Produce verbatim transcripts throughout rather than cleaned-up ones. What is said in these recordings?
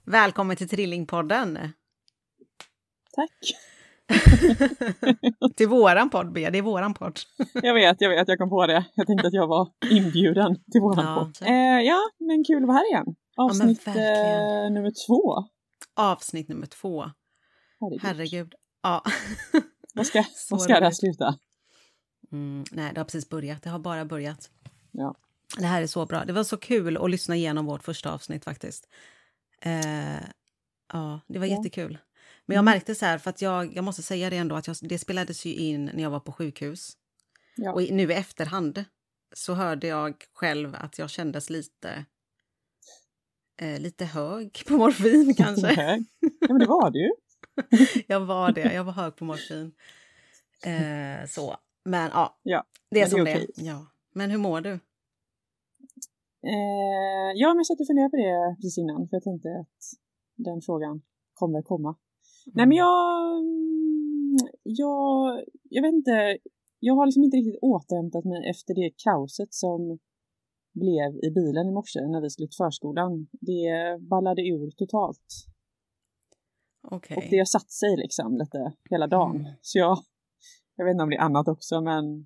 Välkommen till Trillingpodden. Tack. Till våran podd, Bea. Det är våran podd. jag vet, jag vet. Jag kom på det. Jag tänkte att jag var inbjuden till våran ja, podd. Eh, ja, men kul att vara här igen. Avsnitt ja, eh, nummer två. Avsnitt nummer två. Herregud. Herregud. Ja. Vad ska, vad ska det här sluta? Mm, nej, det har precis börjat. Det har bara börjat. Ja. Det här är så bra. Det var så kul att lyssna igenom vårt första avsnitt faktiskt. Eh, ja, det var ja. jättekul. Men jag märkte så här, för att jag, jag måste säga det ändå, att jag, det spelades ju in när jag var på sjukhus. Ja. Och nu i efterhand så hörde jag själv att jag kändes lite eh, lite hög på morfin kanske. Nej. Ja, men det var du ju. jag var det, jag var hög på morfin. Eh, så, men ja, ja det är men som det är det okej. ja. Men hur mår du? Eh, ja, men jag satt och funderade på det precis innan, för jag tänkte att den frågan kommer komma. Mm. Nej, men jag, jag, jag vet inte, jag har liksom inte riktigt återhämtat mig efter det kaoset som blev i bilen i morse när vi skulle till förskolan. Det ballade ur totalt. Okay. Och det har satt sig liksom lite hela dagen. Mm. Så jag, jag vet inte om det är annat också, men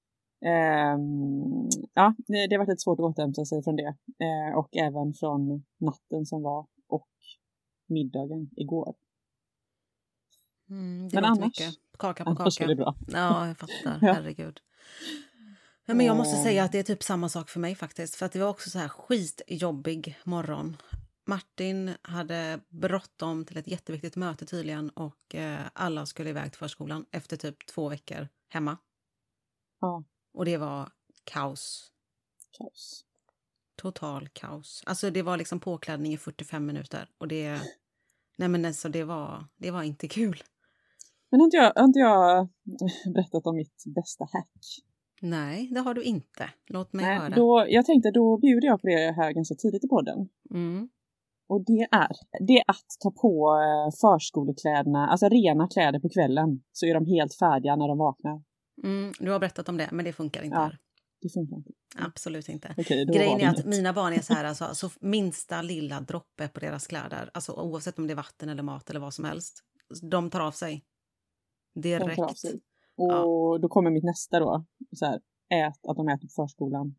Um, ja, det, det har varit lite svårt att återhämta sig från det. Uh, och även från natten som var och middagen igår. Mm, det men var annars, mycket. Kaka på annars kaka. är det bra. Ja, jag fattar. ja. Herregud. Ja, men jag måste säga att det är typ samma sak för mig faktiskt. För att det var också så här skitjobbig morgon. Martin hade bråttom till ett jätteviktigt möte tydligen. Och eh, alla skulle iväg till förskolan efter typ två veckor hemma. Ja. Och det var kaos. Kaos. Total kaos. Alltså det var liksom påklädning i fyrtiofem minuter. Och det, nej men alltså det var, det var inte kul. Men har inte, jag, har inte jag berättat om mitt bästa hack? Nej, det har du inte. Låt mig nej, höra. Då, jag tänkte, då bjuder jag på det här ganska tidigt i podden. Mm. Och det är, det är att ta på förskolekläderna, alltså rena kläder på kvällen. Så är de helt färdiga när de vaknar. Mm, du har berättat om det, men det funkar inte ja, här. Det funkar inte. Absolut inte. Okej, grejen är att mina barn är så här, alltså, så minsta lilla droppe på deras kläder, alltså oavsett om det är vatten eller mat eller vad som helst, de tar av sig. Direkt. De tar av sig. Och ja. Då kommer mitt nästa då, så här, ät, att de äter på förskolan.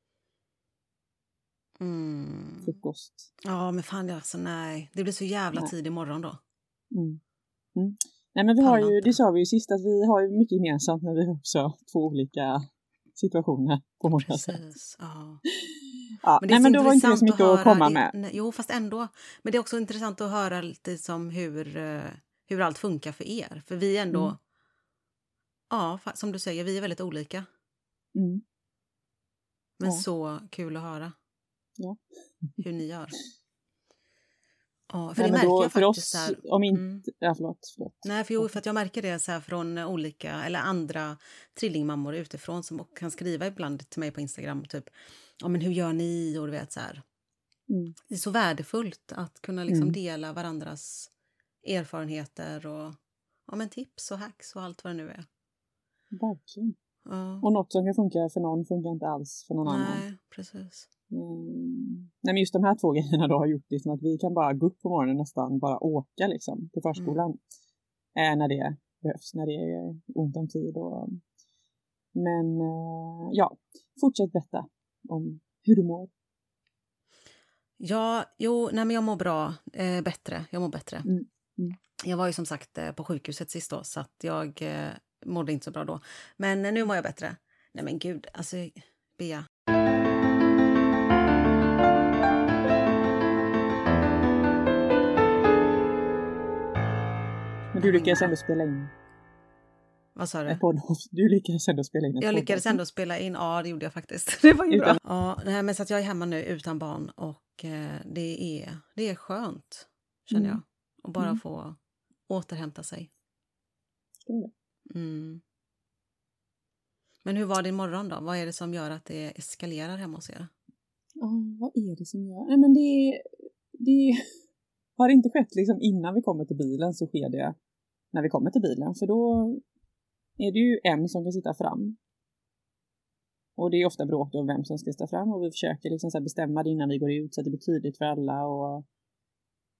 Mm. Frukost. Ja, men fan, alltså nej. Det blir så jävla nej. tid imorgon då. Mm. Mm. Nej, men vi har ju, det sa vi ju sist, att vi har ju mycket gemensamt när vi också två olika situationer på många sätt. Precis, ja. ja. Men det är nej, men då var inte det så mycket att, att komma det, med. Nej, jo, fast ändå. Men det är också intressant att höra lite som hur, hur allt funkar för er. För vi ändå, mm. ja, som du säger, vi är väldigt olika. Mm. Men ja. så kul att höra. Ja. Hur ni gör. Ja, för nej, det märker då, jag för faktiskt oss, här. Om inte, mm. ja, förlåt, förlåt. Nej, för, jo, för att jag märker det så här från olika, eller andra trillingmammor utifrån som kan skriva ibland till mig på Instagram typ, ja men hur gör ni, och du vet så här. Mm. Det är så värdefullt att kunna liksom mm. dela varandras erfarenheter och ja, men tips och hacks och allt vad det nu är. Verkligen. Ja. Och något som kan funka för någon funkar inte alls för någon Nej, annan. Nej, precis. Mm. Nej, men just de här två grejerna då har gjort liksom att vi kan bara gå upp på morgonen nästan, bara åka liksom till förskolan. Mm. Eh, när det behövs, när det är ont om tid. Och... Men eh, ja, fortsätt berätta om hur du mår. Ja, jo, nej men jag mår bra, eh, bättre, jag mår bättre. Mm. Mm. Jag var ju som sagt eh, på sjukhuset sist då, så att jag eh, mådde inte så bra då. Men eh, nu mår jag bättre. Nej men gud, alltså, Bea. Men du lyckades ändå spela in. Vad sa du? Du lyckades ändå spela in. Jag lyckades ändå spela in, ja det gjorde jag faktiskt. Det var ju utan... bra. Ja, nej, men så att jag är hemma nu utan barn och eh, det, är, det är skönt, känner mm. jag. Och bara mm. få återhämta sig. Mm. Mm. Men hur var din morgon då? Vad är det som gör att det eskalerar hemma hos er? Ja, oh, vad är det som gör? Nej men det, det har inte skett liksom innan vi kommer till bilen, så sker det när vi kommer till bilen. För då är det ju en som kan sitta fram. Och det är ofta bråk om vem som ska sitta fram. Och vi försöker liksom så här bestämma det innan vi går ut så att det blir tydligt för alla. Och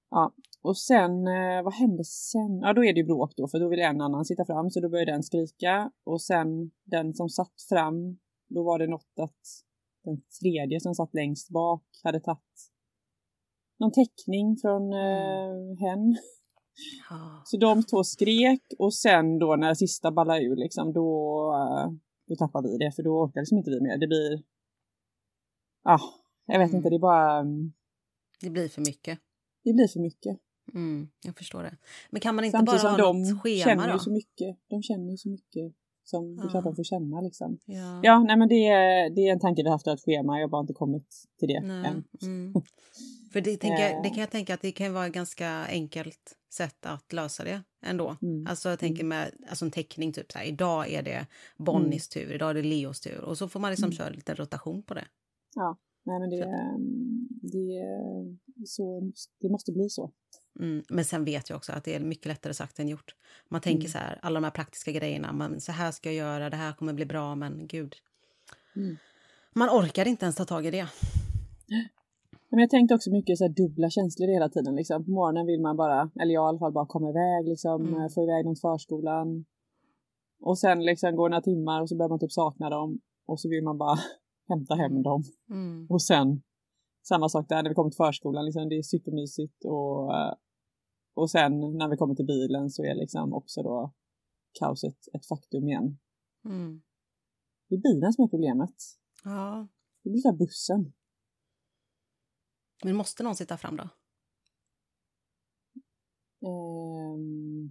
Ja, och sen, eh, vad hände sen? Ja, då är det ju bråk då, för då vill en annan sitta fram, så då börjar den skrika. Och sen den som satt fram, då var det något att den tredje som satt längst bak hade tagit någon teckning från eh, hen. Ja. Så de två skrek, och sen då när sista ballade ur liksom, då, eh, då tappar vi det, för då orkar liksom inte vi mer. Det blir, ja, ah, jag vet Mm. inte, det är bara... Um, Det blir för mycket. Det blir för mycket. Mm, jag förstår det. Men kan man inte Samtidigt bara som ha de något schema känner då? ju så mycket. De känner ju så mycket som Ja. det är klart de får känna liksom. Ja. Ja, nej men det är, det är en tanke vi haft, ett schema. Jag har bara inte kommit till det Nej. än. Mm. För det, tänker jag, det kan jag tänka att det kan vara ett ganska enkelt sätt att lösa det ändå. Mm. Alltså jag tänker med alltså en teckning typ så här, idag är det Bonnies tur, idag är det Leos tur. Och så får man liksom Mm. köra lite rotation på det. Ja, nej men det, det, så, det måste bli så. Mm. Men sen vet jag också att det är mycket lättare sagt än gjort. Man tänker Mm. så här, alla de här praktiska grejerna, man, så här ska jag göra, det här kommer bli bra, men gud. Mm. Man orkar inte ens ta tag i det. Men jag tänkte också mycket så här dubbla känslor hela tiden. Liksom. På morgonen vill man bara, eller jag i alla fall, bara komma iväg. Liksom, Mm. få iväg dem till förskolan. Och sen liksom går några timmar och så börjar man typ sakna dem. Och så vill man bara hämta hem dem. Mm. Och sen, samma sak där när vi kommer till förskolan. Liksom, det är supermysigt. Och, och sen när vi kommer till bilen så är liksom också då kaoset ett faktum igen. Mm. Det är bilen som är problemet. Ja. Det blir så här bussen. Men måste någon sitta fram då? Um,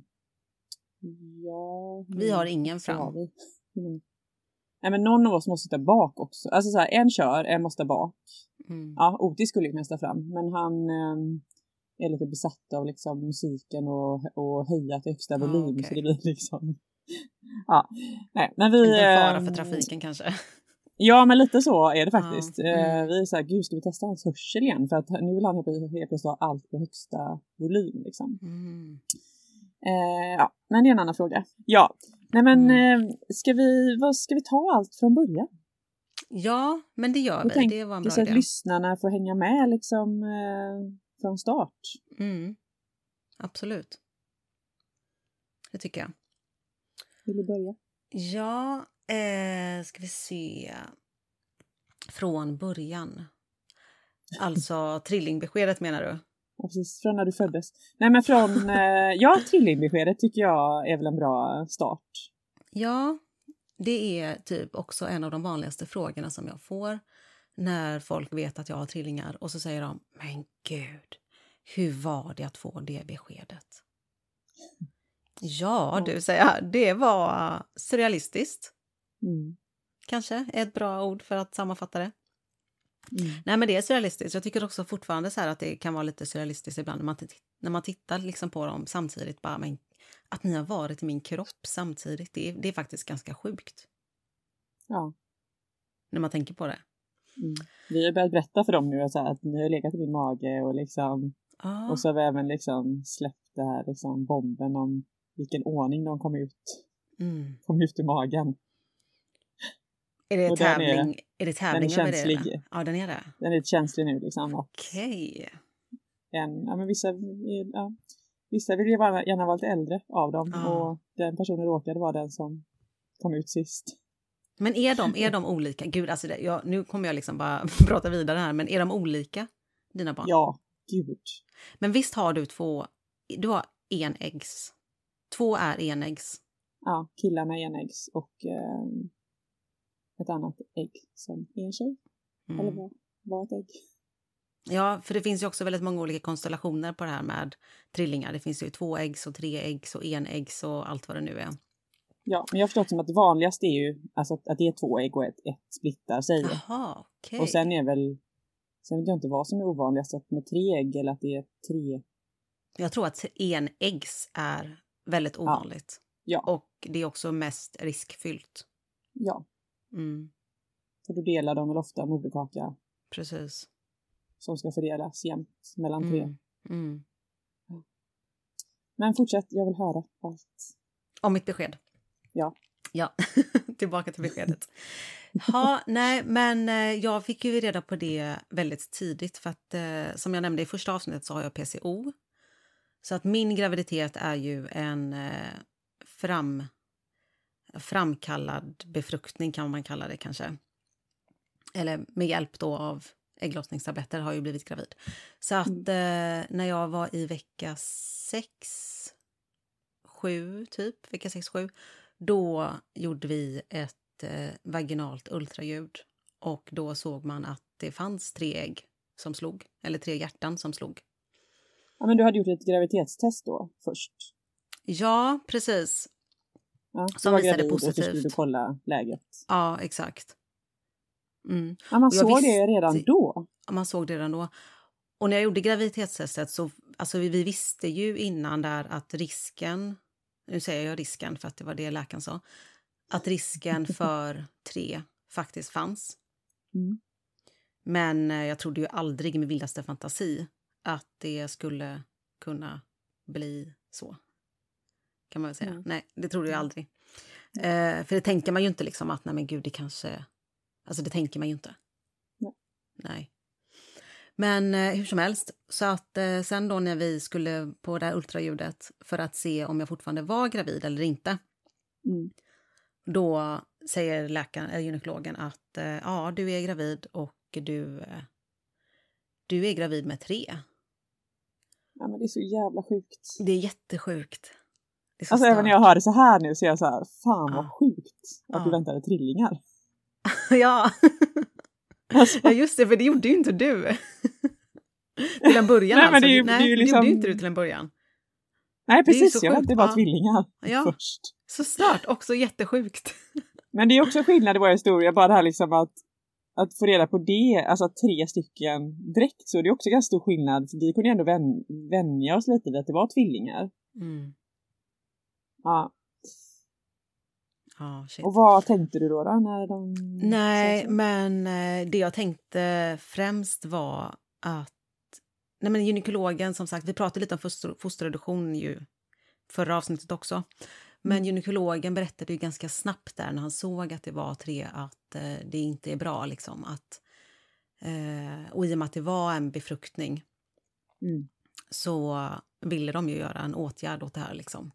ja. Vi har ingen så har fram. vi. Mm. Nej, men någon av oss måste sitta bak också. Alltså så här, en kör, en måste bak. Mm. Ja, Otis skulle kunna sitta fram. Men han um, är lite besatt av liksom musiken och, och höja till högsta volym. Ah, okay. Så det blir liksom... ja, nej, men vi... En fara um, för trafiken kanske. Ja, men lite så är det faktiskt. Ja, mm. uh, vi är så här, gud, ska vi testa hans hörsel igen? För att nu vill han helt plötsligt ha allt på högsta volym liksom. Mm. Eh, ja, men det är en annan fråga. Ja, nej men Mm. eh, ska vi, vad ska vi ta allt från början? Ja, men det gör Jag vi. tänkte Det var en så bra att idé. lyssnarna får hänga med liksom eh, från start. Mm. Absolut. Det tycker jag. Vill du börja? Ja, eh, ska vi se. Från början. Alltså trillingbeskedet menar du? Ja, precis, från när du föddes. Nej, men från, eh, ja, trillingbeskedet tycker jag är väl en bra start. Ja, det är typ också en av de vanligaste frågorna som jag får när folk vet att jag har trillingar. Och så säger de, men gud, hur var det att få det beskedet? Ja, du säger, det var surrealistiskt. Mm. Kanske är ett bra ord för att sammanfatta det. Mm. Nej, men det är surrealistiskt. Jag tycker också fortfarande så här att det kan vara lite surrealistiskt ibland när man, t- när man tittar liksom på dem samtidigt. Bara, men, att ni har varit i min kropp samtidigt, det är, det är faktiskt ganska sjukt. Ja. När man tänker på det. Mm. Vi har börjat berätta för dem nu så här, att ni har legat i min mage och liksom, Ah. och så har vi även liksom släppt det här liksom bomben om vilken ordning de kom ut, Mm. kom ut ur magen. Är det Och den är- tävling? Är, det tävling den är över det? känslig. eller? Ja, den är det. Den är lite känslig nu liksom. Att Okej. en, ja, men vissa, ja, vissa vill ju bara, gärna vara lite äldre av dem. Ja. Och den personen råkade vara den som kom ut sist. Men är de, är de olika? Gud, alltså det, jag, nu kommer jag liksom bara prata vidare här. Men är de olika, dina barn? Ja, gud. Men visst har du två, du har en äggs. Två är enäggs. Ja, killarna är enäggs och eh, ett annat ägg som är en tjej. Mm. Eller var, var ett ägg. Ja, för det finns ju också väldigt många olika konstellationer på det här med trillingar. Det finns ju två äggs och tre äggs och en äggs och allt vad det nu är. Ja, men jag har förstått som att det vanligaste är ju alltså att det är två ägg och ett, ett splittar sig. Jaha, okej. Och sen är väl, sen vet jag inte vad som är ovanligast, att med tre ägg eller att det är tre. Jag tror att en äggs är väldigt ovanligt. Ja. Och det är också mest riskfyllt. Ja, Mm, för då delar de väl ofta moderkaka precis. som ska fördelas jämnt mellan tre. Mm, mm. Men fortsätt, jag vill höra allt. Om mitt besked. Ja. Ja, tillbaka till beskedet. Ja, nej, men eh, jag fick ju reda på det väldigt tidigt för att eh, som jag nämnde i första avsnittet så har jag P C O Så att min graviditet är ju en eh, fram, framkallad befruktning kan man kalla det kanske. Eller med hjälp då av ägglossningstabletter har jag ju blivit gravid. Så att eh, när jag var i vecka sex, sju typ, vecka sex, sju, då gjorde vi ett eh, vaginalt ultraljud. Och då såg man att det fanns tre ägg som slog, eller tre hjärtan som slog. Ja, men du hade gjort ett graviditetstest då först? Ja, precis. Ja, som var visade gravid positivt. Och så skulle du kolla läget. Ja, exakt. Mm. Ja, man såg visste, det redan då? Ja, man såg det redan då. Och när jag gjorde graviditetstestet så, alltså vi, vi visste ju innan där att risken, nu säger jag risken för att det var det läkaren sa, att risken för tre faktiskt fanns. Mm. Men jag trodde ju aldrig i min vildaste fantasi att det skulle kunna bli så. Kan man väl säga. Mm. Nej, det trodde jag aldrig. Mm. Eh, för det tänker man ju inte liksom att, nej men gud, det kanske... Alltså det tänker man ju inte. Nej. Nej. Men eh, hur som helst. Så att eh, sen då när vi skulle på det här ultraljudet för att se om jag fortfarande var gravid eller inte. Mm. Då säger läkaren, eller gynekologen att eh, ja, du är gravid och du, eh, du är gravid med tre. Ja, men det är så jävla sjukt. Det är jättesjukt. Det är så alltså stört. Även när jag hör det så här nu så är jag så här, fan vad Ja. sjukt att Ja. du väntade trillingar. Ja. Alltså. Ja, just det, för det gjorde ju inte du. Till en början. Nej, alltså. men det är ju, Nej, det är ju det liksom... gjorde ju inte du till en början. Nej, precis. så Jag sjukt. väntade bara Ja. tvillingar Ja. först. Så stört, också jättesjukt. Men det är också skillnad i vår historia, bara det här liksom att, att få reda på det, alltså tre stycken direkt, så det är också ganska stor skillnad. För vi kunde ändå vän, vänja oss lite vid att det var tvillingar. Mm. Ja. Oh, shit. Och vad tänkte du då, då när de... Nej, men eh, det jag tänkte främst var att... Nej, men gynekologen, som sagt, vi pratade lite om foster, fosterreduktion ju förra avsnittet också. Men mm. gynekologen berättade ju ganska snabbt där när han såg att det var tre att eh, det inte är bra liksom. Att, eh, och i och med att det var en befruktning mm. så ville de ju göra en åtgärd åt det här liksom.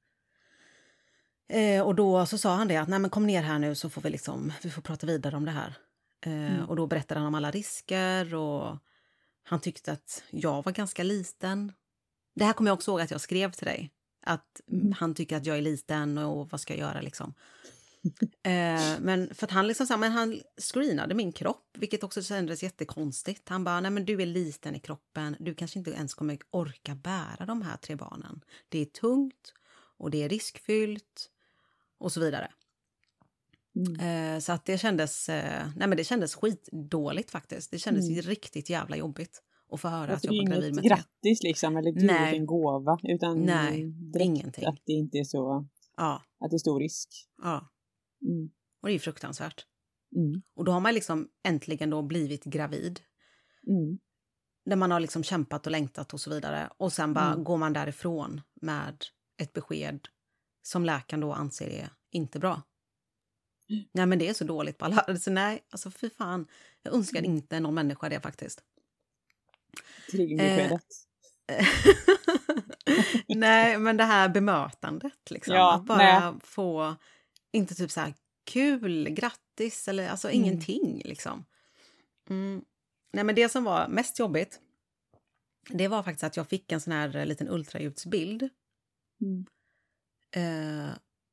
Eh, och då så sa han det att nej men kom ner här nu så får vi liksom, vi får prata vidare om det här. Eh, mm. Och då berättade han om alla risker och han tyckte att jag var ganska liten. Det här kommer jag också ihåg att jag skrev till dig. Att mm. han tycker att jag är liten och vad ska jag göra liksom. eh, men för att han liksom sa, men han screenade min kropp, vilket också kändes jättekonstigt. Han bara, nej men du är liten i kroppen, du kanske inte ens kommer orka bära de här tre barnen. Det är tungt och det är riskfyllt och så vidare. Mm. Eh, så att det kändes, eh, nej men det kändes skitdåligt faktiskt. Det kändes mm. riktigt jävla jobbigt att få höra att jag var gravid med tre. Grattis liksom, eller gud vilken gåva, utan nej, ingenting. Att det inte är så, ja. att det är stor risk. Ja, mm. och det är fruktansvärt. Mm. Och då har man liksom äntligen då blivit gravid. Mm. Där man har liksom kämpat och längtat och så vidare. Och sen bara mm. går man därifrån med ett besked som läkaren då anser är inte bra. Mm. Nej men det är så dåligt på alla. Alltså, nej, alltså fy fan. Jag önskar mm. inte någon människa det faktiskt. Trillingbeskedet. Eh, nej, men det här bemötandet liksom. Ja, att bara nej. Få, inte typ så här kul, grattis eller alltså mm. ingenting liksom. Mm. Nej, men det som var mest jobbigt, det var faktiskt att jag fick en sån här liten ultraljudsbild. Mm. Eh,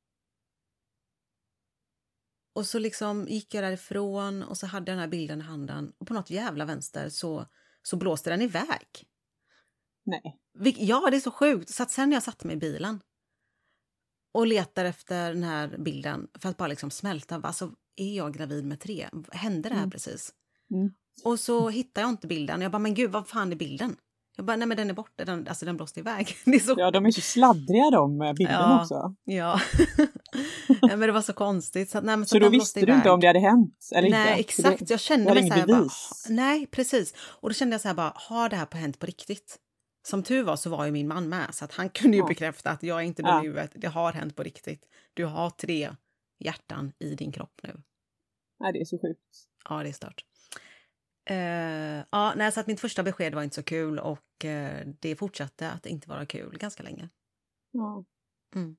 och så liksom gick jag därifrån och så hade jag den här bilden i handen och på något jävla vänster så, så blåste den iväg. Nej. Ja, det är så sjukt. Så att sen när jag satt mig i bilen och letar efter den här bilden för att bara liksom smälta, alltså är jag gravid med tre? Hände det här mm. precis? Mm. Och så hittar jag inte bilden. Jag bara, men gud, vad fan är bilden? Jag bara, nej men den är borta, den, alltså den blåste iväg. Det är så... Ja, de är så sladdriga de bilderna ja, också. Ja. Ja, men det var så konstigt. Så, nej, men så, så då visste du inte om det hade hänt? Eller nej, inte? exakt. Jag kände mig så här, bara, nej, precis. Och då kände jag så här, bara, har det här på hänt på riktigt? Som tur var så var ju min man med, så att han kunde ju ja. bekräfta att jag är inte dum i huvudet. Det har hänt på riktigt. Du har tre hjärtan i din kropp nu. Nej, det är så sjukt. Ja, det är stört. Uh, ja, nej, så att mitt första besked var inte så kul och uh, det fortsatte att inte vara kul ganska länge. Ja. Mm.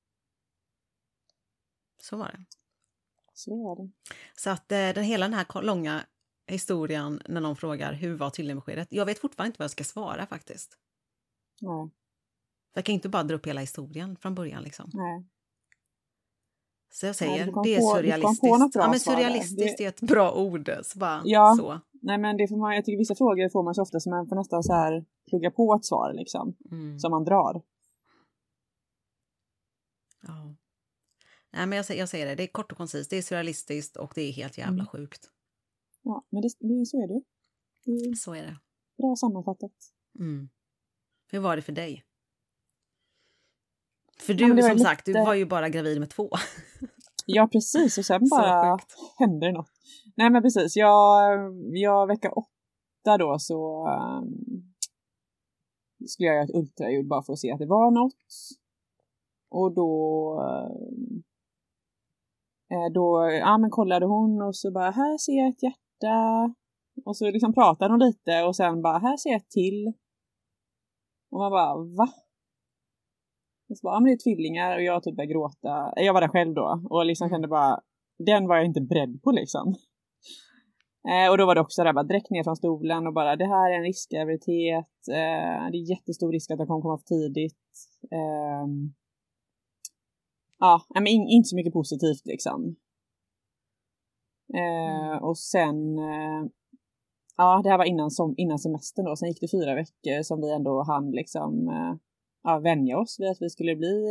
Så var det. Så var det. Så att uh, den, hela den här långa historien när någon frågar hur var tvillingbeskedet, jag vet fortfarande inte vad jag ska svara faktiskt. Nej. Jag kan inte bara dra upp hela historien från början liksom. Nej. Så jag säger, Nej, det är på, surrealistiskt. Ja, men surrealistiskt det... är ett bra ord. Så bara, ja, så. Nej, men det får man, jag tycker vissa frågor får man så ofta som man får nästan så här plugga på ett svar liksom. Mm. Som man drar. Ja. Nej, men jag, jag säger det, det är kort och koncist, det är surrealistiskt och det är helt jävla mm. sjukt. Ja, men det, det, så är det. det är så är det. Bra sammanfattat. Mm. Hur var det för dig? För du, ja, som lite... sagt, du var ju bara gravid med två. Ja, precis. Och sen bara hände det något. Nej, men precis. Jag, jag vecka åtta då så um, skulle jag göra ett ultraljud bara för att se att det var något. Och då uh, då ja, men kollade hon och så bara, här ser jag ett hjärta. Och så liksom pratade hon lite och sen bara, här ser jag ett till. Och man bara, va? Och så bara, ja, men det är tvillingar och jag typ började gråta. Jag var där själv då och liksom kände bara, den var jag inte beredd på liksom. Eh, och då var det också där, bara direkt ner från stolen och bara, det här är en riskgraviditet. Eh, det är jättestor risk att jag kommer komma för tidigt. Eh, ja, men in, inte så mycket positivt liksom. Eh, mm. Och sen, eh, ja, det här var innan, som, innan semestern då. Sen gick det fyra veckor som vi ändå hann liksom... Eh, ja, vänja oss vid att vi skulle bli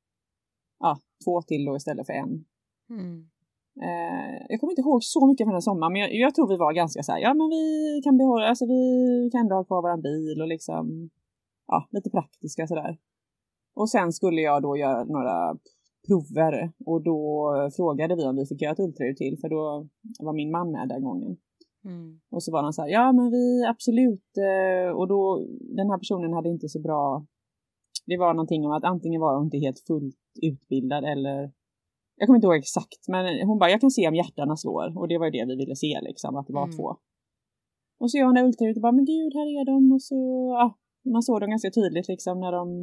ja, två till då istället för en. Mm. Eh, jag kommer inte ihåg så mycket från den sommaren, men jag, jag tror vi var ganska så här, ja men vi kan behålla, alltså vi kan ändå ha kvar våran bil och liksom, ja, lite praktiska sådär. Och sen skulle jag då göra några prover och då frågade vi om vi fick göra ett ultraljud till, för då var min man med den gången. Mm. Och så var han så här, ja men vi absolut, eh, och då, den här personen hade inte så bra. Det var någonting om att antingen var hon inte helt fullt utbildad eller... Jag kommer inte ihåg exakt, men hon bara, jag kan se om hjärtarna slår. Och det var ju det vi ville se liksom, att det var mm. två. Och så gör hon det ultraljud och bara, men gud, här är de. Och så, ja, man såg dem ganska tydligt liksom när de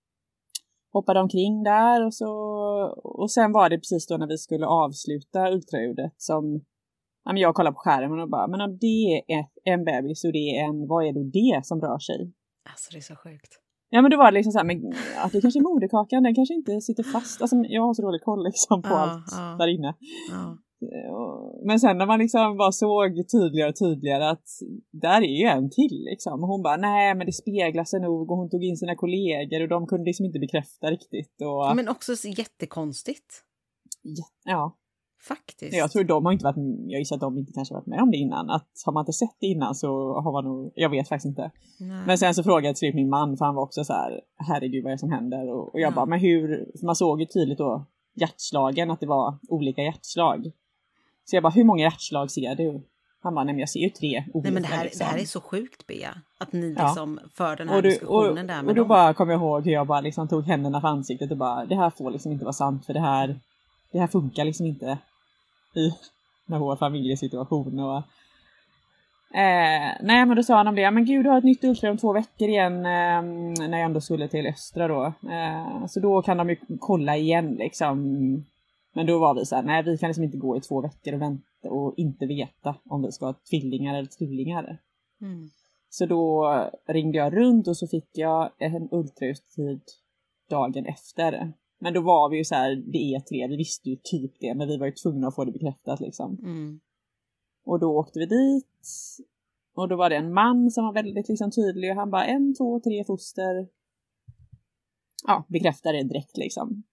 hoppade omkring där. Och, så, och sen var det precis då när vi skulle avsluta ultraljudet som... Ja, men jag kollade på skärmen och bara, men om det är en bebis och det är en, vad är då det som rör sig? Alltså det är så sjukt. Ja, men då var det liksom så här, men att det kanske är moderkakan, den kanske inte sitter fast. Alltså jag har så dålig koll liksom på ja, allt ja. där inne. Ja. Men sen när man liksom bara såg tydligare och tydligare att där är ju en till liksom. Och hon bara, nej men det speglar sig nog. Och hon tog in sina kollegor och de kunde liksom inte bekräfta riktigt. Och... Men också så jättekonstigt. Ja. ja. Faktiskt. Jag tror de har inte varit, jag gissar att de inte kanske varit med om det innan. Att har man inte sett det innan så har man nog, jag vet faktiskt inte. Nej. Men sen så frågade jag till min man, för han var också så här, herregud vad är det som händer? Och, och jag ja. bara, men hur, för man såg ju tydligt då hjärtslagen, att det var olika hjärtslag. Så jag bara, hur många hjärtslag ser du? Han bara, nej men jag ser ju tre olika. Nej men det här, liksom. det här är så sjukt, Bea. Att ni liksom ja. för den här och du, diskussionen och, där med Och då dem. bara kom jag ihåg hur jag bara liksom tog händerna för ansiktet och bara, det här får liksom inte vara sant, för det här, det här funkar liksom inte i med vår familjesituation. Och, eh, nej men då sa han om det, men gud, du har ett nytt ultraljud om två veckor igen eh, när jag ändå skulle till Östra då. Eh, så då kan de ju kolla igen liksom. Men då var vi så här, nej vi kan liksom inte gå i två veckor och vänta och inte veta om vi ska ha tvillingar eller trillingar. Mm. Så då ringde jag runt och så fick jag en ultraljudstid dagen efter. Men då var vi ju så här, det är tre, vi visste ju typ det, men vi var ju tvungna att få det bekräftat liksom. Mm. Och då åkte vi dit, och då var det en man som var väldigt liksom tydlig, och han bara, en, två, tre foster. Ja, bekräftade det direkt liksom.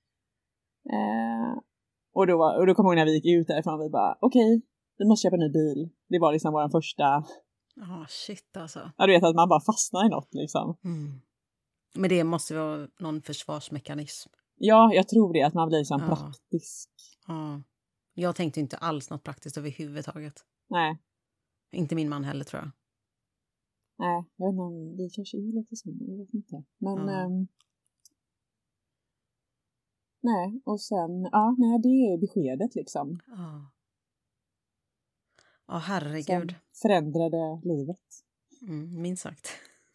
Eh, och, då var, och då kom jag ihåg när vi gick ut därifrån, vi bara, okej, okay, vi måste köpa en ny bil. Det var liksom vår första... Ja, oh, shit alltså. Ja, du vet att man bara fastnar i något liksom. Mm. Men det måste vara någon försvarsmekanism. Ja, jag tror det, att man blir liksom ja. praktisk. Ja. Jag tänkte inte alls något praktiskt överhuvudtaget. Nej. Inte min man heller, tror jag. Nej, jag vet inte om vi kanske är lite samma, jag vet inte. Men, ja. ähm, nej, och sen, ja, nej, det är beskedet liksom. Ja. Ja, herregud. Som förändrade livet. Mm, minst sagt.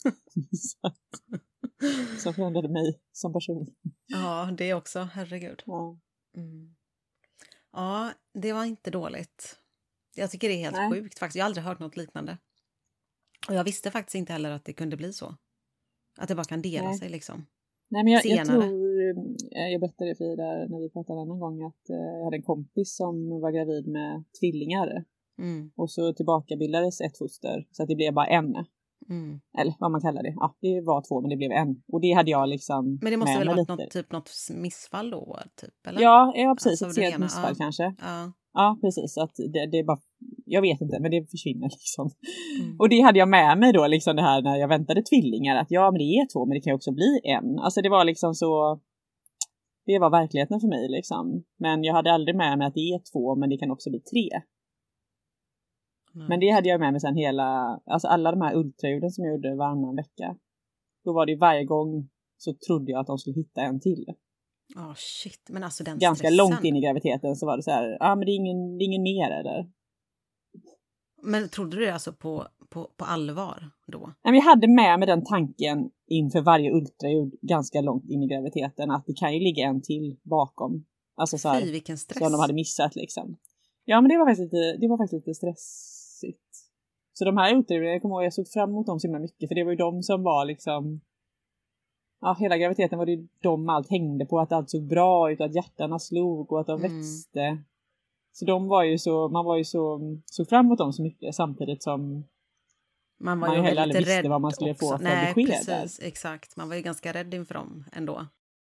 Som förändrade mig som person. Ja, det också. Herregud. Ja, mm. Ja, det var inte dåligt. Jag tycker det är helt Nej. sjukt faktiskt. Jag har aldrig hört något liknande. Och jag visste faktiskt inte heller att det kunde bli så. Att det bara kan dela Nej. sig liksom. Nej, men jag, jag Senare. tror, eh, jag berättade det för dig där när vi pratade en annan gång, att eh, jag hade en kompis som var gravid med tvillingar. Mm, Och så tillbakabildades ett foster så att det blev bara en. mm. Eller vad man kallar det. Ja, det var två men det blev en. Och det hade jag liksom Men det måste med väl mig varit lite. något, typ något missfall då? Typ, eller? Ja, ja, precis. Alltså, Ett det sent ena, missfall ja. kanske. Ja. Ja, precis. Att det, det är bara, jag vet inte, men det försvinner liksom. Mm. Och det hade jag med mig då, liksom det här när jag väntade tvillingar. Att ja, men det är två, men det kan ju också bli en. Alltså det var liksom så, det var verkligheten för mig liksom. Men jag hade aldrig med mig att det är två, men det kan också bli tre. Nej. Men det hade jag med mig sen hela, alltså alla de här ultraljuden som jag gjorde varannan vecka. Då var det varje gång så trodde jag att de skulle hitta en till. Ja, oh, shit. Men alltså den Ganska stressen. långt in i graviditeten så var det så här, ja ah, men det är ingen, det är ingen mer eller? Men trodde du det alltså på, på, på allvar då? Nej, men jag hade med mig den tanken inför varje ultraljud ganska långt in i graviditeten att det kan ju ligga en till bakom. Alltså så här, Fy, vilken stress. som de hade missat liksom. Ja, men det var faktiskt lite, det var faktiskt lite stressigt. Så de här ultraljuden, jag kommer ihåg, jag såg fram emot dem så himla mycket, för det var ju de som var liksom, ja, hela graviditeten var det ju de allt hängde på, att allt såg bra ut, att hjärtarna slog och att de Mm. växte. Så de var ju så, man var ju så, såg fram emot dem så mycket samtidigt som Man var man ju heller väldigt aldrig visste rädd vad man skulle också. få för Nej, besked precis, där. exakt. Man var ju ganska rädd inför dem ändå.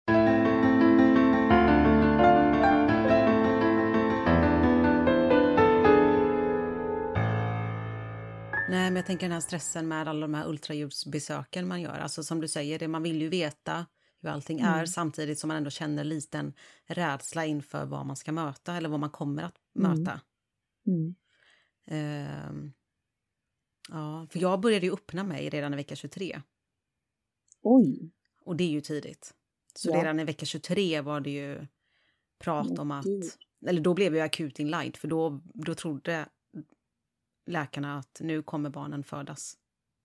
Nej, men jag tänker den här stressen med alla de här ultraljudsbesöken man gör. Alltså som du säger, det, man vill ju veta hur allting Mm. är samtidigt som man ändå känner liten rädsla inför vad man ska möta eller vad man kommer att Mm. möta. Mm. Ehm, ja, för jag började ju öppna mig redan i vecka tjugotre. Oj. Och det är ju tidigt. Så Ja. redan i vecka tjugotre var det ju prat Men om att... gud. Eller då blev jag akut inlagd, för då, då trodde läkarna att nu kommer barnen födas.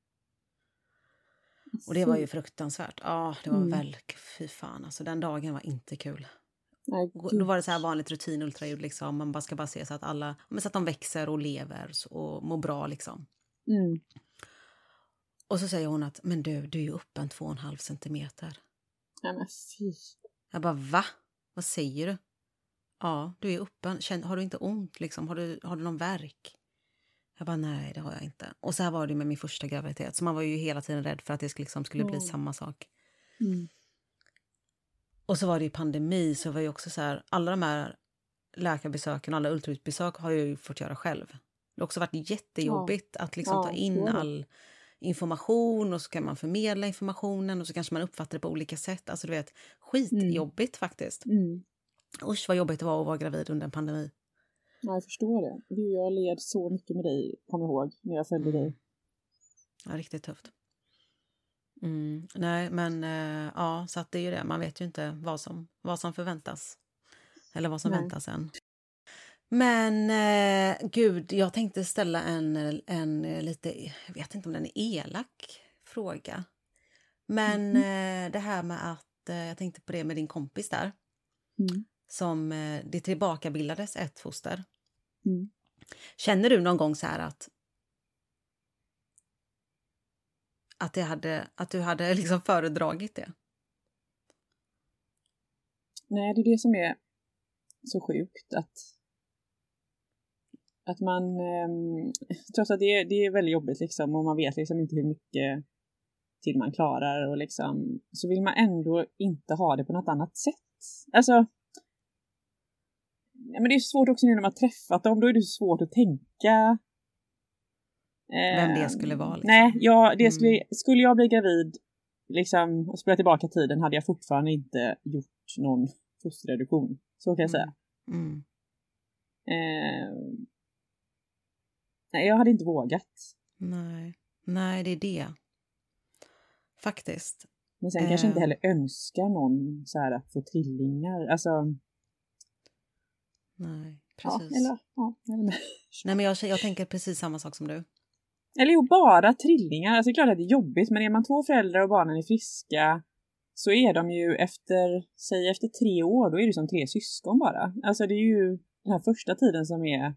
Och det var ju fruktansvärt. Ja, det var Mm. väl... Fy fan, alltså den dagen var inte kul. Nej, Och gud. då var det så här vanligt rutinultraljud liksom. Man bara ska bara se så att alla... Men så att de växer och lever och mår bra liksom. Mm. Och så säger hon att, men du, du är ju öppen två och en halv centimeter. Nej, men fy. Jag bara, va? Vad säger du? Ja, du är öppen. Känn, har du inte ont liksom? Har du, har du någon värk? Jag bara, nej, det har jag inte. Och så här var det med min första graviditet. Så man var ju hela tiden rädd för att det liksom skulle bli Mm. samma sak. Mm. Och så var det ju pandemi, så var ju också så här, alla de här läkarbesöken, alla ultraljudsbesök har jag ju fått göra själv. Det har också varit jättejobbigt att liksom Ja, ta in så är det. all information och så kan man förmedla informationen och så kanske man uppfattar det på olika sätt. Alltså du vet, skitjobbigt faktiskt. Mm. Usch vad jobbigt det var att vara gravid under en pandemi. Ja, jag förstår det. Gud, jag led så mycket med dig, kom ihåg, när jag följde Mm. dig. Ja, riktigt tufft. Mm, nej, men eh, ja, så att det är ju det. Man vet ju inte vad som, vad som förväntas. Eller vad som Nej. väntas än. Men eh, gud, jag tänkte ställa en, en lite, jag vet inte om den är elak fråga. Men eh, det här med att, eh, jag tänkte på det med din kompis där. Mm. Som, eh, det tillbakabildades ett foster. Mm. Känner du någon gång så här att att, det hade, att du hade liksom föredragit det? Nej, det är det som är så sjukt, att att man eh, trots att det är, det är väldigt jobbigt liksom, och man vet liksom inte hur mycket till man klarar och liksom, så vill man ändå inte ha det på något annat sätt. Alltså, ja, men det är svårt också nu när man träffat dem, då är det så svårt att tänka Vem det skulle vara, liksom. Nej, ja, det Mm. skulle, skulle jag bli gravid liksom, och spela tillbaka tiden, hade jag fortfarande inte gjort någon fosterreduktion, så kan jag säga. Mm. Eh, nej, jag hade inte vågat. Nej. Nej, det är det. Faktiskt. Men sen Eh. kanske inte heller önskar någon så här att få trillingar. Alltså, Nej. Precis. Ja, eller, ja, jag vet inte. Nej, men jag, jag tänker precis samma sak som du. Eller jo, bara trillingar. Alltså det är klart att det är jobbigt, men är man två föräldrar och barnen är friska så är de ju efter, säg efter tre år, då är det som tre syskon bara. Alltså det är ju den här första tiden som är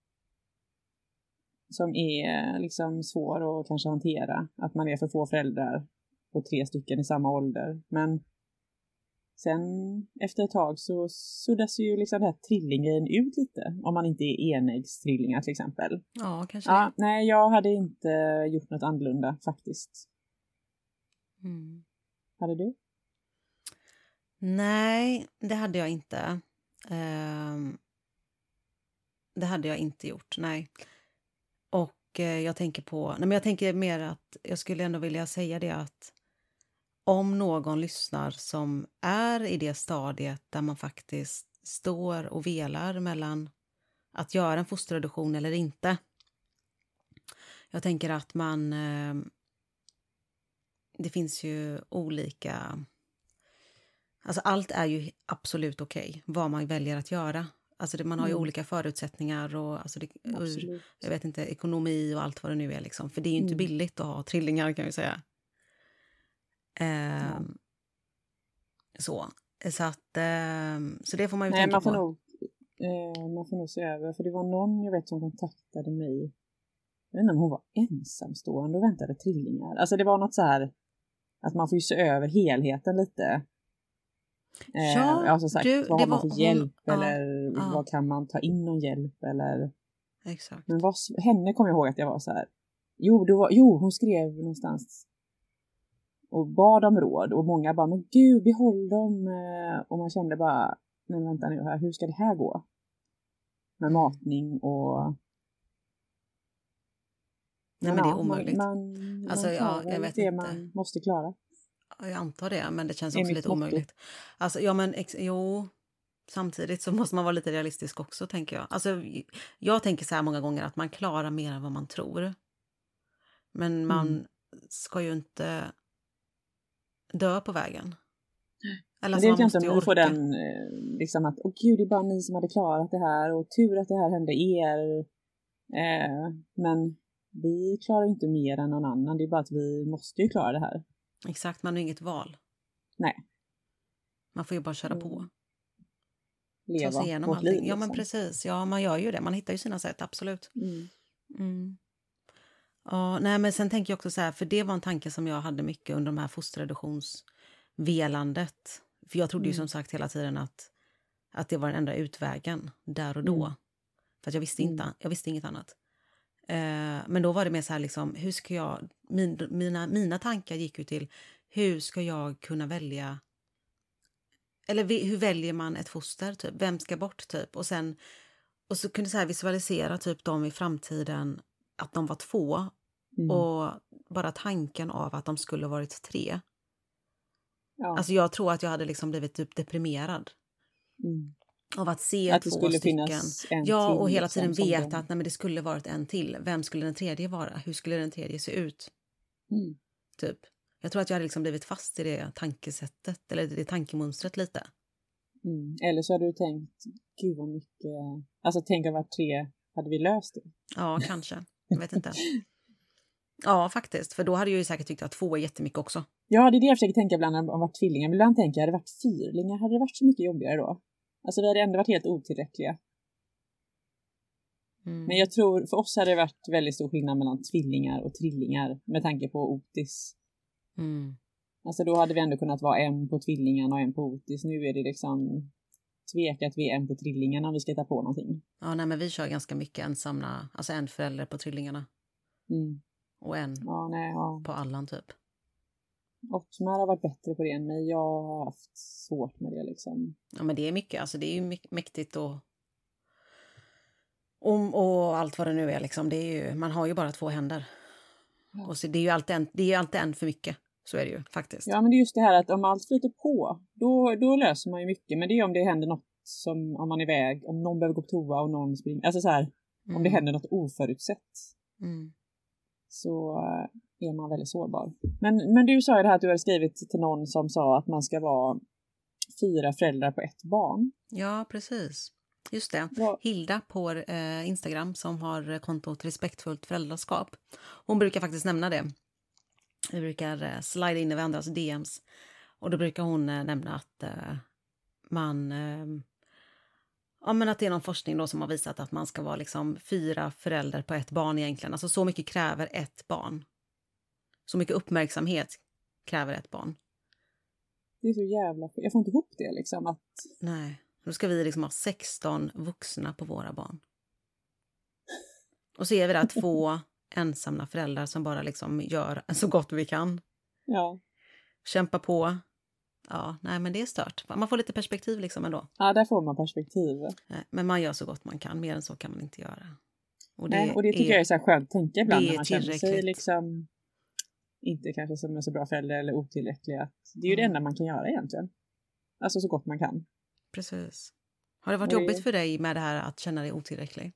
som är liksom svår att kanske hantera. Att man är för få föräldrar och tre stycken i samma ålder. Men sen efter ett tag så suddas ju liksom den här trillingen ut lite. Om man inte är enäggstrillingar till exempel. Ja, kanske Ja, det. nej, jag hade inte gjort något annorlunda faktiskt. Mm. Hade du? Nej, det hade jag inte. Um, det hade jag inte gjort, nej. Och eh, jag tänker på, nej men jag tänker mer att jag skulle ändå vilja säga det att om någon lyssnar som är i det stadiet där man faktiskt står och velar mellan att göra en fosterreduktion eller inte. Jag tänker att man, eh, det finns ju olika, alltså allt är ju absolut okej, okay, vad man väljer att göra. Alltså det, man har ju mm. olika förutsättningar och, alltså det, ur, jag vet inte, ekonomi och allt vad det nu är liksom. För det är ju inte mm. billigt att ha trillingar kan vi säga. Eh, ja. Så. Så att, eh, så det får man ju Nej, tänka man får på. Nog, eh, man får nog se över, för det var någon jag vet som kontaktade mig. Jag vet inte om hon var ensamstående och väntade trillingar. Alltså det var något så här att man får ju se över helheten lite. Eh, ja, alltså sagt, du, vad har man var, för hjälp hon, eller ja, vad kan man ta in någon hjälp eller. Exakt. Men vad, henne kommer jag ihåg att jag var så här. Jo, då var, jo, hon skrev någonstans och bad om råd och många bara, men gud, behåll dem. Och man kände bara, nej vänta nu här, hur ska det här gå? Med matning och. Nej, men, men det är omöjligt. Man, man, alltså, man ja, jag vet det inte. Man måste klara. Jag antar det, men det känns också lite omöjligt. Alltså, ja, men ex- jo, samtidigt så måste man vara lite realistisk också, tänker jag. Alltså, jag tänker så här många gånger att man klarar mer än vad man tror. Men man mm. ska ju inte dö på vägen. Eller men det vet jag inte om ni får den, liksom att, åh gud, det är bara ni som hade klarat det här och tur att det här hände er. Eh, men vi klarar inte mer än någon annan, det är bara att vi måste ju klara det här. Exakt, man har inget val. Nej. Man får ju bara köra på. Leva ta sig igenom vårt allting. liv. Ja, men liksom. precis. Ja, man gör ju det. Man hittar ju sina sätt, absolut. Mm. Mm. Ja, nej, men sen tänker jag också så här, för det var en tanke som jag hade mycket under de här fosterreduktionsvelandet. För jag trodde mm. ju som sagt hela tiden att, att det var den enda utvägen där och då. Mm. För att jag visste, inte, mm. jag visste inget annat. Eh, men då var det mer så här liksom, hur ska jag, min, mina, mina tankar gick ju till, hur ska jag kunna välja, eller vi, hur väljer man ett foster typ, vem ska bort typ, och sen, och så kunde jag så här visualisera typ dem i framtiden, att de var två, mm. och bara tanken av att de skulle varit tre. Ja. Alltså jag tror att jag hade liksom blivit typ deprimerad. Mm. Av att se att två skulle stycken. Ja, och hela liksom, tiden veta att nej, men det skulle varit en till. Vem skulle den tredje vara? Hur skulle den tredje se ut? Mm. Typ. Jag tror att jag hade liksom blivit fast i det tankesättet. Eller det tankemönstret lite. Mm. Eller så hade du tänkt, gud vad mycket. Alltså tänk om var tre hade vi löst det. Ja, kanske. Jag vet inte. Ja, faktiskt. För då hade jag ju säkert tyckt att två är jättemycket också. Ja, det är det jag försöker tänka ibland om var tvillingar. Men ibland tänker jag, hade det varit fyrlingar, hade det varit så mycket jobbigare då? Alltså det hade ändå varit helt otillräckliga. Mm. Men jag tror, för oss hade det varit väldigt stor skillnad mellan tvillingar och trillingar. Med tanke på Otis. Mm. Alltså då hade vi ändå kunnat vara en på tvillingarna och en på Otis. Nu är det liksom tvekat vi är en på trillingarna om vi ska ta på någonting. Ja, nej, men vi kör ganska mycket ensamma. Alltså en förälder på trillingarna. Mm. Och en ja, nej, ja. på Allan typ. Ottmar har varit bättre på det än mig. Jag har haft svårt med det liksom. Ja, men det är mycket. Alltså det är ju mäktigt och och, och allt vad det nu är liksom. Det är ju, man har ju bara två händer. Ja. Och så det är ju alltid en, det är ju alltid en för mycket. Så är det ju faktiskt. Ja, men det är just det här att om allt flyter på, då, då löser man ju mycket. Men det är om det händer något som, om man är iväg, om någon behöver gå på toa och någon springer. Alltså så här, mm. om det händer något oförutsett. Mm. Så är man väldigt sårbar. Men, men du sa ju det här att du hade skrivit till någon som sa att man ska vara fyra föräldrar på ett barn. Ja, precis. Just det. Ja. Hilda på eh, Instagram som har kontot Respektfullt föräldraskap. Hon brukar faktiskt nämna det. Vi brukar eh, slida in i varandras D Ms. Och då brukar hon eh, nämna att eh, man... Eh, ja, men att det är någon forskning då som har visat att man ska vara liksom fyra föräldrar på ett barn egentligen. Alltså så mycket kräver ett barn. Så mycket uppmärksamhet kräver ett barn. Det är så jävla... Jag får inte ihop det liksom att... Nej, då ska vi liksom ha sexton vuxna på våra barn. Och så är vi där två ensamma föräldrar som bara liksom gör så gott vi kan. Ja. Kämpa på. Ja, nej men det är stört. Man får lite perspektiv liksom ändå. Ja, där får man perspektiv. Nej, men man gör så gott man kan. Mer än så kan man inte göra. Och det, nej, och det tycker är, jag är så här skönt att tänka ibland när man känner sig tillräckligt. liksom inte kanske som en så bra förälder eller otillräcklig. Det är ju det enda man kan göra egentligen. Alltså så gott man kan. Precis. Har det varit det... jobbigt för dig med det här att känna dig otillräcklig?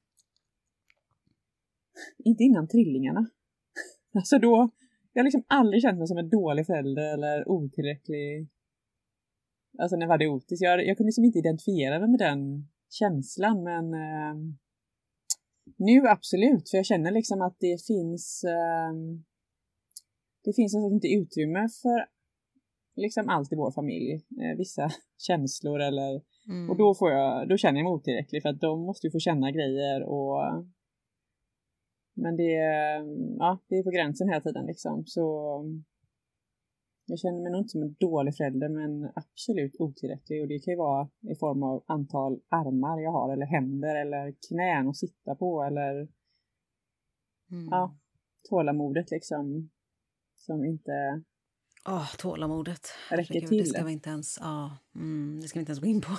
Inte innan trillingarna. Alltså då, jag har liksom aldrig känt mig som en dålig förälder eller otillräcklig. Alltså när jag hade otis. Jag, jag kunde liksom inte identifiera mig med den känslan. Men eh, nu absolut. För jag känner liksom att det finns eh, det finns alltså inte utrymme för liksom allt i vår familj. Eh, vissa känslor eller mm. och då får jag, då känner jag mig otillräcklig för att de måste ju få känna grejer och men det, ja, det är på gränsen hela tiden liksom. Så jag känner mig nog inte som en dålig förälder men absolut otillräcklig. Och det kan ju vara i form av antal armar jag har eller händer eller knän att sitta på eller mm. ja, tålamodet liksom som inte oh, tålamodet räcker Herregud, till. Det ska vi inte ens, ja, mm, det ska vi inte ens gå in på.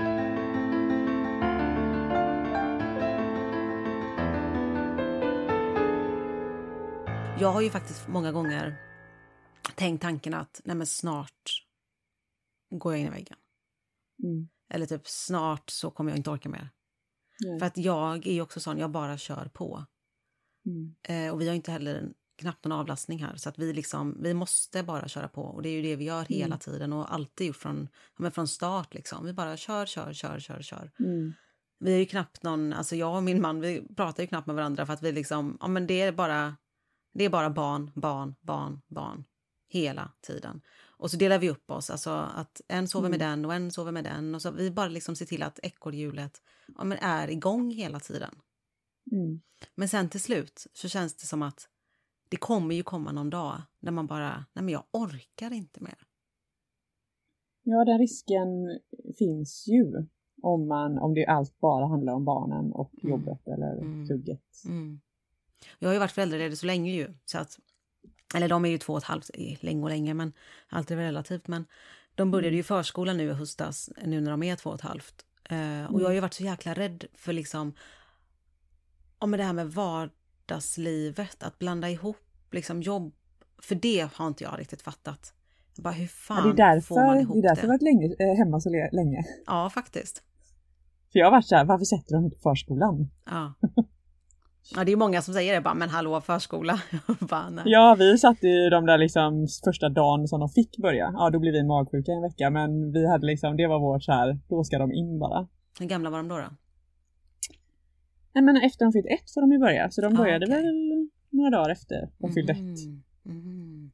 Jag har ju faktiskt många gånger tänkt tanken att nej men snart går jag in i väggen. Mm. Eller typ snart så kommer jag inte orka mer. Mm. För att jag är ju också sån, jag bara kör på. Mm. Eh, och vi har inte heller knappt någon avlastning här. Så att vi liksom, vi måste bara köra på. Och det är ju det vi gör hela mm. tiden och alltid gjort från, ja, men från start liksom. Vi bara kör, kör, kör, kör, kör. Mm. Vi är ju knappt någon, alltså jag och min man, vi pratar ju knappt med varandra för att vi liksom, ja men det är bara... Det är bara barn, barn, barn, barn. Hela tiden. Och så delar vi upp oss. Alltså att en sover med mm. den och en sover med den. Och så vi bara liksom ser till att ekorrhjulet ja, men är igång hela tiden. Mm. Men sen till slut så känns det som att det kommer ju komma någon dag där man bara, nej men jag orkar inte mer. Ja, den risken finns ju. Om, man, om det allt bara handlar om barnen och mm. jobbet eller mm. plugget. Mm. Jag har ju varit föräldraledig så länge ju. Så att, eller de är ju två och ett halvt, länge och länge, men allt är relativt. Men de började ju förskolan nu i höstas, nu när de är två och ett halvt. Uh, och jag har ju varit så jäkla rädd för liksom, om det här med vardagslivet, att blanda ihop liksom jobb. För det har inte jag riktigt fattat. Bara hur fan ja, det är därför, får man ihop det? Det är därför jag har varit länge, äh, hemma så länge. Ja, faktiskt. För jag har varit så här, varför sätter de inte på förskolan? Ja. Ja, det är många som säger det bara, men hallå, förskola. bara, nej. Ja, vi satt ju de där liksom första dagen som de fick börja. Ja, då blev vi magsjuka en vecka, men vi hade liksom, det var vårt så här, då ska de in bara. Hur gamla var de då då? Nej, men efter de fyllt ett får de ju börja, så de började ah, okay. väl några dagar efter de fyllde mm, ett. Mm,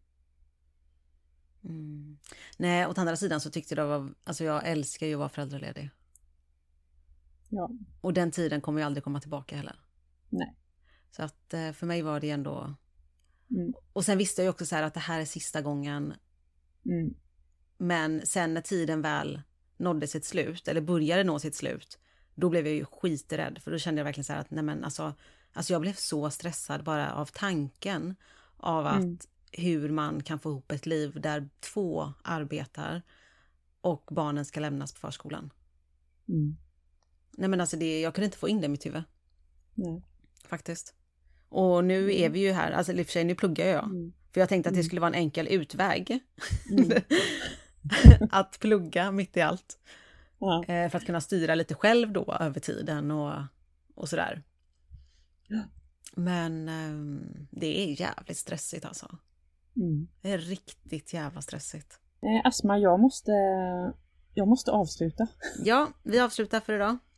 mm. Nej, åt andra sidan så tyckte jag var, alltså jag älskar ju att vara föräldraledig. Ja. Och den tiden kommer ju aldrig komma tillbaka heller. Nej. Så att för mig var det ändå... Mm. Och sen visste jag ju också så här att det här är sista gången. Mm. Men sen när tiden väl nådde sitt slut, eller började nå sitt slut, då blev jag ju skiträdd. För då kände jag verkligen så här att nej men alltså, alltså jag blev så stressad bara av tanken av att mm. hur man kan få ihop ett liv där två arbetar och barnen ska lämnas på förskolan. Mm. Nej men alltså det, jag kunde inte få in det i mitt huvud. Nej. Faktiskt. Och nu är vi ju här, alltså i och för sig nu pluggar jag. Mm. För jag tänkte att det skulle vara en enkel utväg. Mm. att plugga mitt i allt. Ja. Eh, för att kunna styra lite själv då över tiden och, och sådär. Ja. Men eh, det är jävligt stressigt alltså. Mm. Det är riktigt jävla stressigt. Eh, Asma, jag måste, jag måste avsluta. Ja, vi avslutar för idag.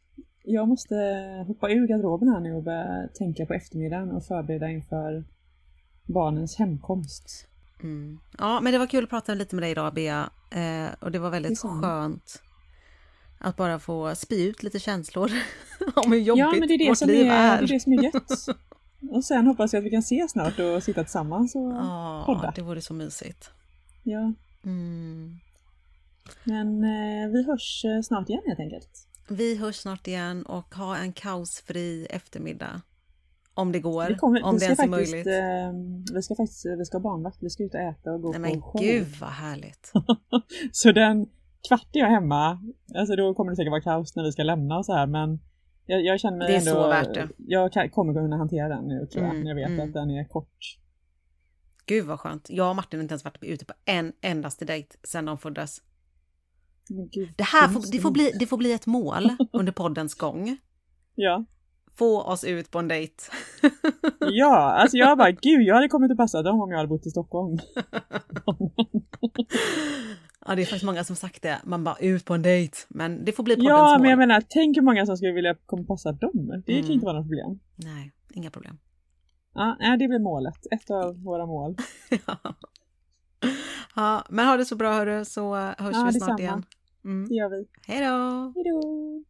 jag måste hoppa ur garderoben här nu och börja tänka på eftermiddagen och förbereda inför barnens hemkomst. Mm. Ja, men det var kul att prata lite med dig idag, Bea. Eh, och det var väldigt det skönt att bara få spy ut lite känslor om hur jobbigt ja, men det är det vårt som liv är, är. Det är det som är gött. Och sen hoppas jag att vi kan ses snart och sitta tillsammans och ja, podda. Det vore så mysigt. Ja. Mm. Men eh, vi hörs snart igen helt enkelt. Vi hörs snart igen och ha en kaosfri eftermiddag. Om det går, kommer, om det ens är faktiskt, möjligt. Eh, vi ska faktiskt vi ska ha barnvakt, vi ska ut och äta och gå Nej, på men show. gud vad härligt. Så den kvart jag är hemma, alltså då kommer det säkert vara kaos när vi ska lämna och så här, men jag, jag känner mig det är ändå, så värt det. Jag kan, kommer kunna hantera den nu tror jag, mm, när jag vet mm. att den är kort. Gud vad skönt. Jag och Martin har inte ens varit ute på en endaste dejt sedan de föddes. Gud, det här får, det, får bli, det får bli ett mål under poddens gång. Ja. Få oss ut på en dejt. Ja, alltså jag bara, gud, jag hade kommit att passa dem om jag hade bott i Stockholm. Ja, det är faktiskt många som sagt det. Man bara ut på en dejt. Men det får bli poddens ja, mål. men jag menar, tänk hur många som skulle vilja komma och passa dem. Det mm. kan inte vara något problem. Nej, inga problem. Ja, det blir målet. Ett av våra mål. ja. ja, men ha det så bra hörru, så hörs ja, vi snart samma. igen. Mm. Det gör vi. Hej då! Hej då!